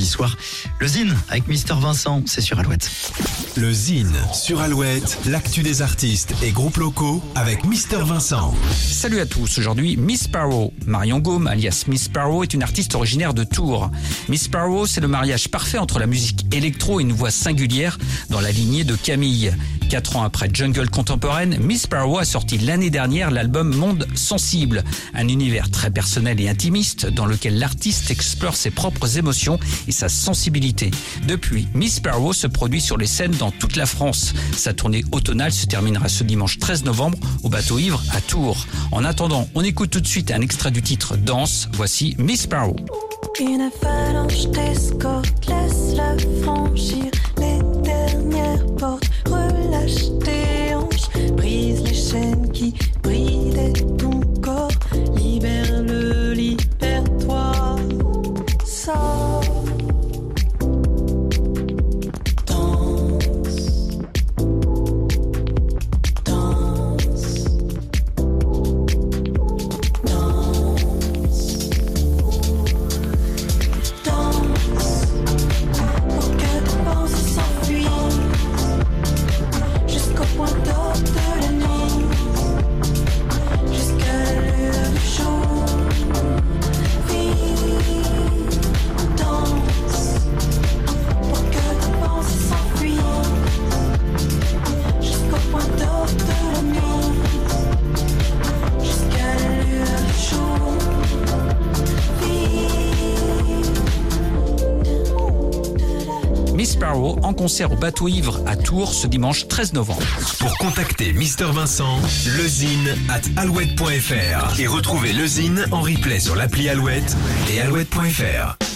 soir. Le Zine avec Mister Vincent, c'est sur Alouette. Le Zine sur Alouette, l'actu des artistes et groupes locaux avec Mister Vincent. Salut à tous, aujourd'hui Miss Sparrow. Marion Gaume, alias Miss Sparrow, est une artiste originaire de Tours. Miss Sparrow, c'est le mariage parfait entre la musique électro et une voix singulière dans la lignée de Camille. 4 ans après Jungle contemporaine, Miss Sparrow a sorti l'année dernière l'album Monde Sensible, un univers très personnel et intimiste dans lequel l'artiste explore ses propres émotions et sa sensibilité. Depuis, Miss Sparrow se produit sur les scènes dans toute la France. Sa tournée automnale se terminera ce dimanche 13 novembre au Bateau Ivre à Tours. En attendant, on écoute tout de suite un extrait du titre Danse. Voici Miss Sparrow. Une avalanche d'escorte, laisse-la franchir les dernières portes, relâche tes hanches, brise les chaînes qui bridaient ton corps, libère-le, libère-toi, sors, danse, danse, danse. Pour que tes pensées s'enfuient jusqu'au point d'or de la nuit, jusqu'à la lueur du jour. Oui, danse. Pour que tes pensées s'enfuient jusqu'au point d'or de la nuit, jusqu'à la lueur du jour. Miss Sparrow en concert au Bateau Ivre à Tours ce dimanche 13 novembre. Pour contacter Mister Vincent, lezine@alouette.fr et retrouver le Zine en replay sur l'appli Alouette et alouette.fr.